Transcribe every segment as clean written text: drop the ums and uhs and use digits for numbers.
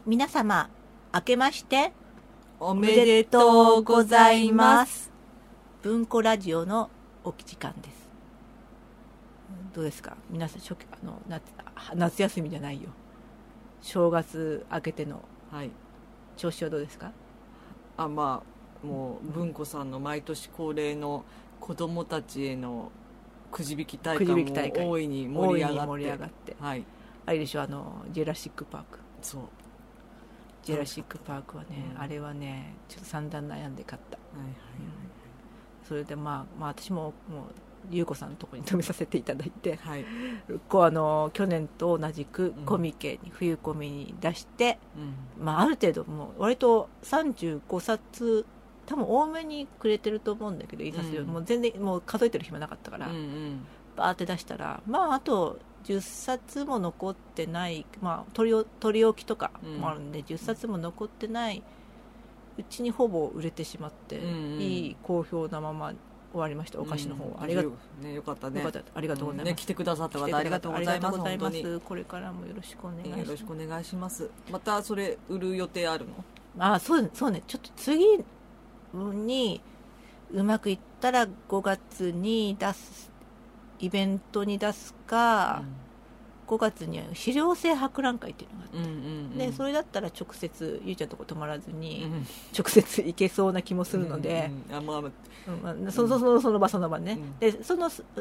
皆様明けましておめでとうございます。 文庫ラジオのお時間です。どうですか皆さん、夏休みじゃないよ、正月明けての調子はどうですか？ まあもう文庫さんの毎年恒例の子どもたちへのくじ引き大会も大いに盛り上がって、はい、あれでしょ、ジェラシックパーク。 そう、 ジェラシックパークはね、あれはねちょっと散々悩んで買った、それで私ももう優子さんのところに泊めさせていただいて、去年と同じくコミケに、冬コミに出して、ある程度もう割と35冊多分多めにくれてると思うんだけど、印刷量もう全然もう数えてる暇なかったから、バーって出したらあと10冊も残ってない、取り置きとかもあるんで、10冊も残ってないうちにほぼ売れてしまって、いい好評なまま終わりました。お菓子の方はよかったね。 ありがとうございます。 来てくださった方ありがとうございます。本当にこれからもよろしくお願いします。 よろしくお願いします。またそれ売る予定あるの？ そうね、ちょっと次にうまくいったら5月に出すイベントに出すか、5月には資料性博覧会っていうのがあって、でそれだったら直接ゆうちゃんのとこ泊まらずに、直接行けそうな気もするので、その場ね、でそ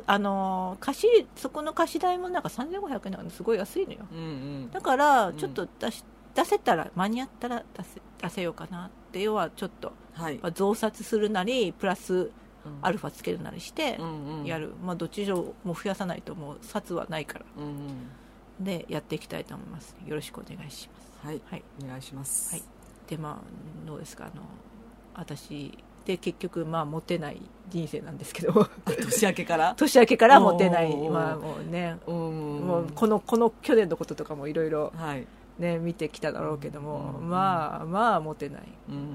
この貸し代もなんか3500円なのですごい安いのよ、だからちょっと出せたら間に合ったら出せようかなって。要はちょっと、増刷するなりプラスアルファつけるなりしてやる、どっち以上も増やさないともう札はないから、でやっていきたいと思います。よろしくお願いします。 はい、お願いします。 でどうですか、私で結局モテない人生なんですけど年明けからモテない、もうね、もうこの去年のこととかもいろいろ見てきただろうけども、モテない、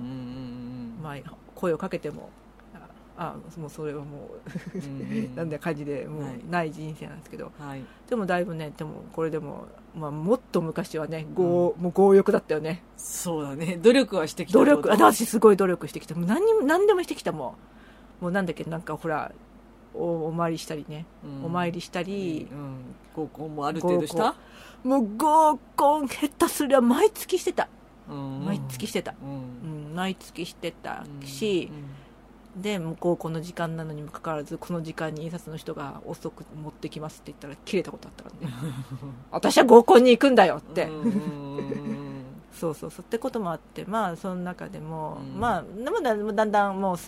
声をかけてももうそれはもうなんだ感じでもうない人生なんですけど、でもだいぶね、でもこれでももっと昔はねもう強欲だったよね。 そうだね、努力はしてきた。 私すごい努力してきた。もう何でもしてきた。もうなんだっけ、なんかほらお参りしたりね、お参りしたり、 合コンもある程度した。 もう合コン下手すりゃ毎月してた、毎月してたし、で向こうこの時間なのにもかかわらず、この時間に印刷の人が遅く持ってきますって言ったら切れたことあったからね私は合コンに行くんだよってそうってこともあって、その中でも、だんだんもう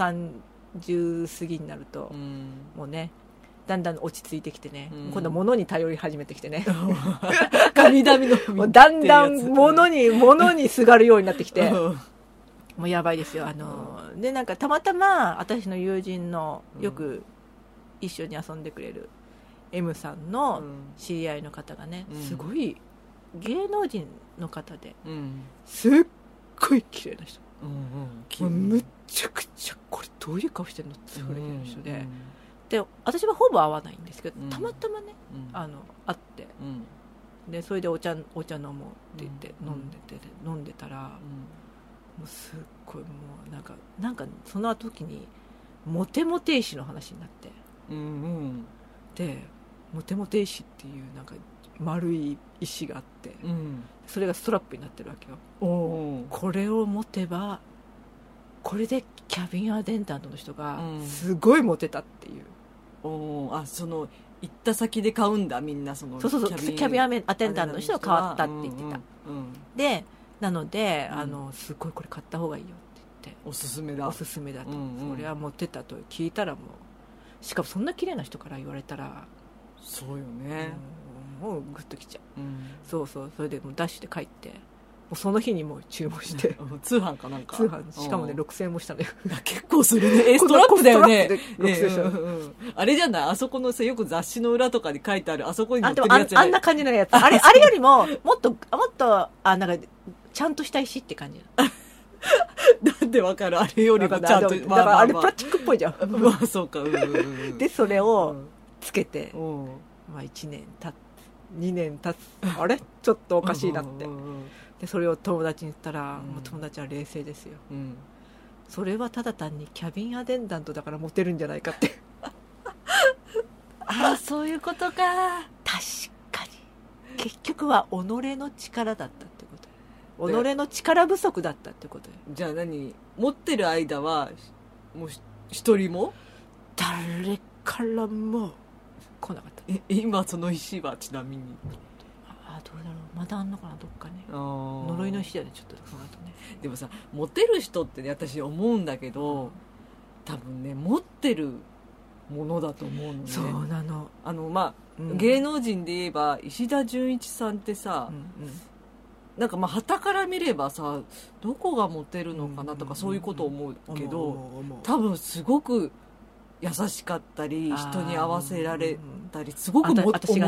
30過ぎになると、もうねだんだん落ち着いてきてね、今度は物に頼り始めてきてね神々のだんだん物にすがるようになってきてもうやばいですよ。でなんかたまたま私の友人のよく一緒に遊んでくれる M さんの知り合いの方がね、すごい芸能人の方で、すっごい綺麗な人、もうむちゃくちゃこれどういう顔してんのってぐらいの人で、で私はほぼ会わないんですけど、たまたまね、会って、でそれでお茶飲もうって言って飲んでたら、もうすっごいもうなんかその時にモテモテ石の話になって、でモテモテ石っていうなんか丸い石があって、それがストラップになってるわけよ。これを持てば、これでキャビンアテンダントの人がすごいモテたっていう、 その行った先で買うんだ、みんな。そのキャビンアテンダントの人が変わったって言ってた、でなのですごいこれ買った方がいいよって言って、 おすすめだと、 それは持ってたと聞いたら、もうしかもそんな綺麗な人から言われたら、 そうよね、 もうグッときちゃう、それでもうダッシュで帰って、もうその日にもう注文して通販かなんか、 通販しかもね6000円もしたね結構するね。ストラップだよね。 あれじゃない、あそこのよく雑誌の裏とかに書いてある、あそこに載ってるやつじゃない。 あんな感じのやつあれよりももっとなんかちゃんとした石って感じなんでわかる、あれよりもちゃんと、 だからあれプラスチックっぽいじゃんそうか、 でそれをつけて、1年経つ2年経つ、あれちょっとおかしいなって、 でそれを友達に言ったら、もう友達は冷静ですよ、それはただ単にキャビンアテンダントだからモテるんじゃないかってああそういうことか。 確かに結局は己の力だったってことよ。己の力不足だったってことよ。 じゃあ何、持ってる間はもう一人も誰からも来なかった。 今その石はちなみにどうだろう、まだあんのかな、どっかね。呪いの石だね、ちょっとその後ね。 でもさ、モテる人ってね、私思うんだけど、多分ね持ってるものだと思うのね。 そうなの。 芸能人で言えば石田純一さんってさ、なんか旗から見ればさ、どこがモテるのかなとかそういうことを思うけど、多分すごく優しかったり人に合わせられたり、すごく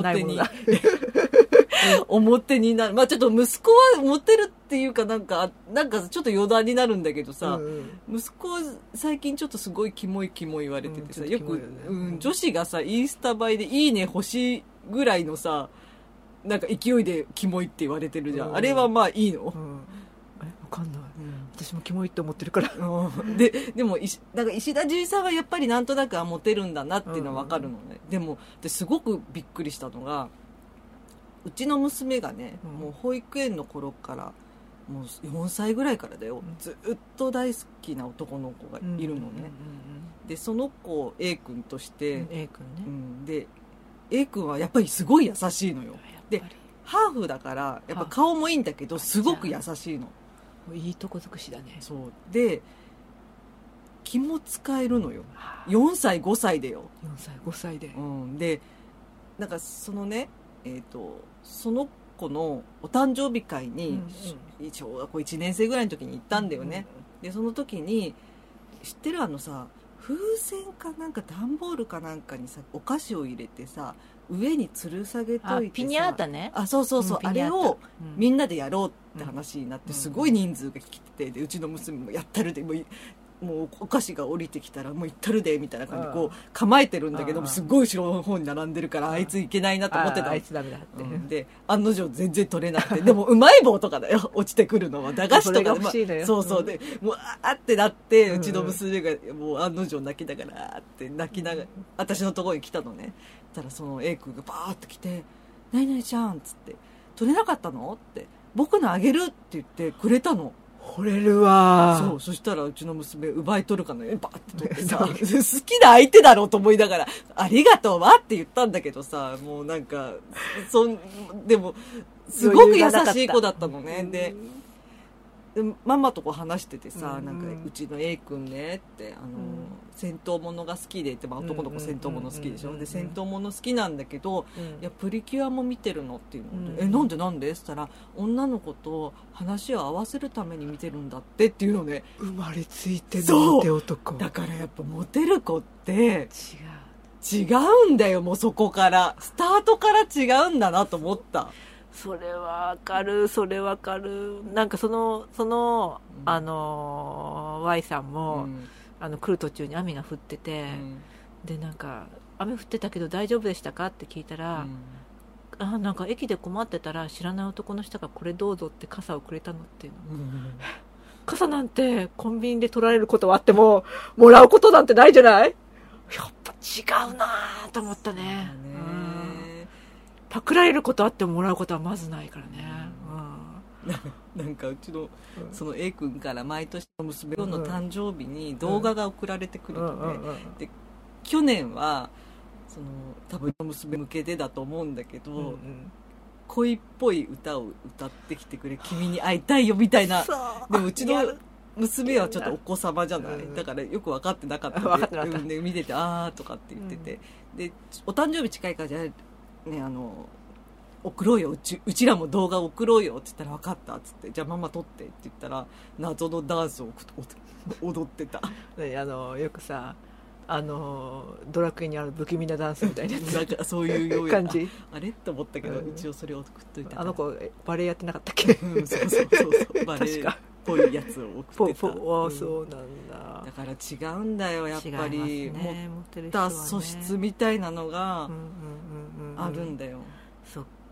表になる。ちょっと息子はモテるっていうか、なんかちょっと余談になるんだけどさ、息子は最近ちょっとすごいキモい言われててさ、よく、女子がさインスタ映えでいいね欲しいぐらいのさ、なんか勢いでキモいって言われてるじゃん、あれはいいの？わかんない、私もキモいって思ってるからでもなんか石田純一さんはやっぱりなんとなくモテるんだなっていうのは分かるのね、でもすごくびっくりしたのが、うちの娘がね、もう保育園の頃からもう4歳ぐらいからだよ、ずっと大好きな男の子がいるのね、でその子 A 君として、 A 君ね、 で A 君はやっぱりすごい優しいのよ。でハーフだからやっぱ顔もいいんだけどすごく優しいの。 いいとこ尽くしだね。 そうで気も使えるのよ。4歳5歳でよ。 4歳5歳で、 でなんかそのね、その子のお誕生日会に、小学校1年生ぐらいの時に行ったんだよね、でその時に知ってるさ、風船かなんか段ボールかなんかにさお菓子を入れてさ上に吊る下げといてさ、 ピニャータね。 そう、あれをみんなでやろうって話になって、すごい人数が来てて、でうちの娘もやったるで、もうお菓子が降りてきたらもう行ったるでみたいな感じでこう構えてるんだけども、すごい後ろの方に並んでるから、あいついけないなと思ってた。 あいつダメだって、 で案の定全然取れなくてでもうまい棒とかだよ落ちてくるのは、駄菓子とかで、そうでもうあってなって、うちの娘がもう案の定泣きながらって泣きながら私のところに来たのね。そしたらその A 君がバーって来て「何々ちゃん」っつって「取れなかったの?」って「僕のあげる」って言ってくれたの。 惚れるわ。 そしたらうちの娘奪い取るかのようにバーって取ってさ好きな相手だろうと思いながら「ありがとうわ」って言ったんだけどさ、もうなんかでもすごく優しい子だったのね。でママとこう話しててさ、なんかうちの A 君ねって戦闘ものが好きでって、男の子戦闘もの好きでしょ、で戦闘もの好きなんだけど、いやプリキュアも見てるのっていうので、なんでって言ったら、女の子と話を合わせるために見てるんだってっていうのね。 生まれついてのモテ男だからやっぱモテる子って違うんだよ。もうそこからスタートから違うんだなと思った。 それはわかる。なんかそのY さんも、来る途中に雨が降ってて、でなんか雨降ってたけど大丈夫でしたかって聞いたら、なんか駅で困ってたら知らない男の人がこれどうぞって傘をくれたのっていうの、傘なんてコンビニで取られることはあってももらうことなんてないじゃない。やっぱ違うなと思ったね。パクられることあってもらうことはまずないからね、 なんかうちのその A 君から毎年の娘の誕生日に動画が送られてくるのね、で去年は多分娘向けてだと思うんだけど、恋っぽい歌を歌ってきてくれ、君に会いたいよみたいな。でもうちの娘はちょっとお子様じゃない、だからよく分かってなかったで、見ててあーとかって言ってて、でお誕生日近いからじゃね、送ろうよ、うちらも動画送ろうよって言ったら分かったっつって、じゃあママ撮ってって言ったら謎のダンスを踊ってたよくさドラクエにある不気味なダンスみたいなやつなんかそういうような感じあれと思ったけど、一応それを送っといた。 あの子バレエやってなかったっけ。 そうバレエっぽいやつを送ってた。 そうなんだ。 だから違うんだよ、やっぱり持った素質みたいなのがあるんだよ。 そっ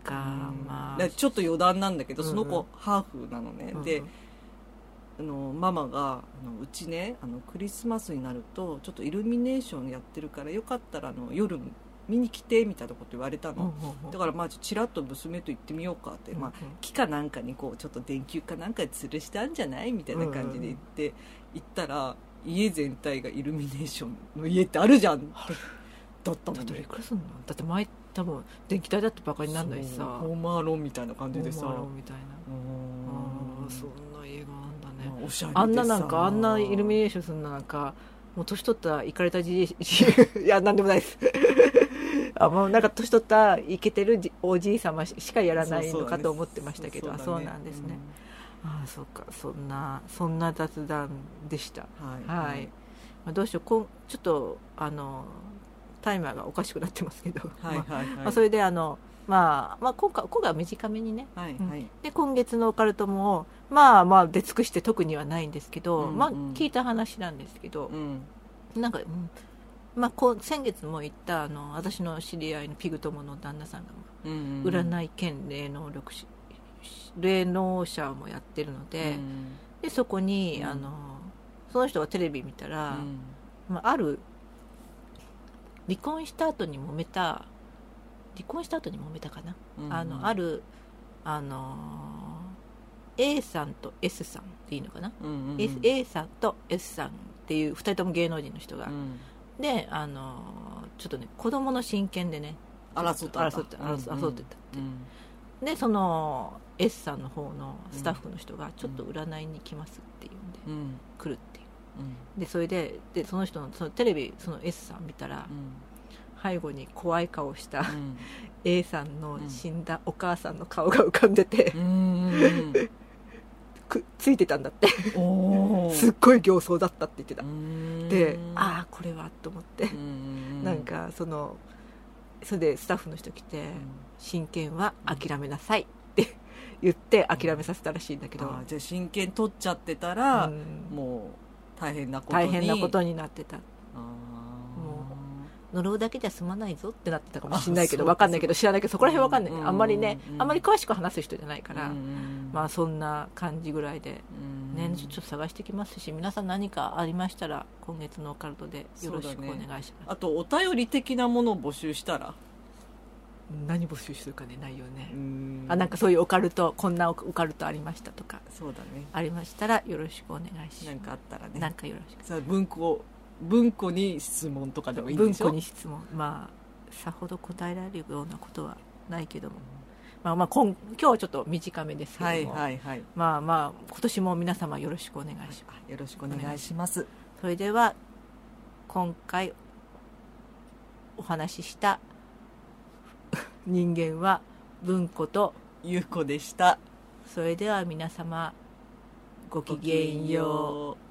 か、まあでちょっと余談なんだけど、 うんうんその子ハーフなのね、 うんうんでママがうちねクリスマスになるとちょっとイルミネーションやってるからよかったら夜見に来てみたいなこと言われたの、 うんうんうんだからまあちらっと娘と行ってみようかって、まあ、木かなんかにこうちょっと電球かなんかで吊るしてあるんじゃないみたいな感じで行ったら家全体がイルミネーションの家ってあるじゃんだったのどれね。 くらいすんの？だって前多分電気代だってバカになんないしさ、 ホームアローンみたいな感じでさ、 ホームアローンみたいな。そんな映画なんだね。 おしゃれでさあんななんかあんなイルミネーションするのなんかもう年取ったイカれたじじいやなんでもないですもうなんか年取ったイケてるおじい様しかやらないのかと思ってましたけど、そうなんですね、そうか、そんな雑談でした。はい、まあ、どうしよう、ちょっとタイマーがおかしくなってますけど、それで今回は短めにね、で今月のオカルトもまあ出尽くして特にはないんですけど、聞いた話なんですけど、なんか、先月も言った私の知り合いのピグ友の旦那さんが、占い兼霊能者もやってるので、でそこに、その人がテレビ見たら、ある離婚した後に揉めたかな、あるA さんと S さんっていいのかな、A さんと S さんっていう2人とも芸能人の人が、でちょっとね子供の親権でね争ってたって、でその S さんの方のスタッフの人がちょっと占いに来ますっていうんで、来るっていう、でそれでその人のそのテレビその S さん見たら、背後に怖い顔した、A さんの死んだお母さんの顔が浮かんでて、ついてたんだってすっごい形相だったって言ってた。でこれはと思って、なんかそれでスタッフの人来て、親権は諦めなさいって言って諦めさせたらしいんだけど、 じゃあ親権取っちゃってたら、もう大変なことになってた。呪うだけじゃ済まないぞってなってたかもしれないけど、分かんないけど、知らないけど、そこら辺分かんない、あんまりね、あんまり詳しく話す人じゃないから、そんな感じぐらいで、ちょっと探してきますし、皆さん何かありましたら今月のオカルトでよろしくお願いします。 あとお便り的なものを募集したら何募集するかね、内容ね、なんかそういうオカルト、こんなオカルトありましたとか、 そうだね、 ありましたらよろしくお願いします。 なんかあったらね、 なんかよろしく。 さあ文庫に質問とかでもいいんでしょ。 文庫に質問、さほど答えられるようなことはないけども、今日はちょっと短めですけども、今年も皆様よろしくお願いします。 よろしくお願いします。 それでは今回お話しした人間は文庫とゆうこでした。 それでは皆様ごきげんよう。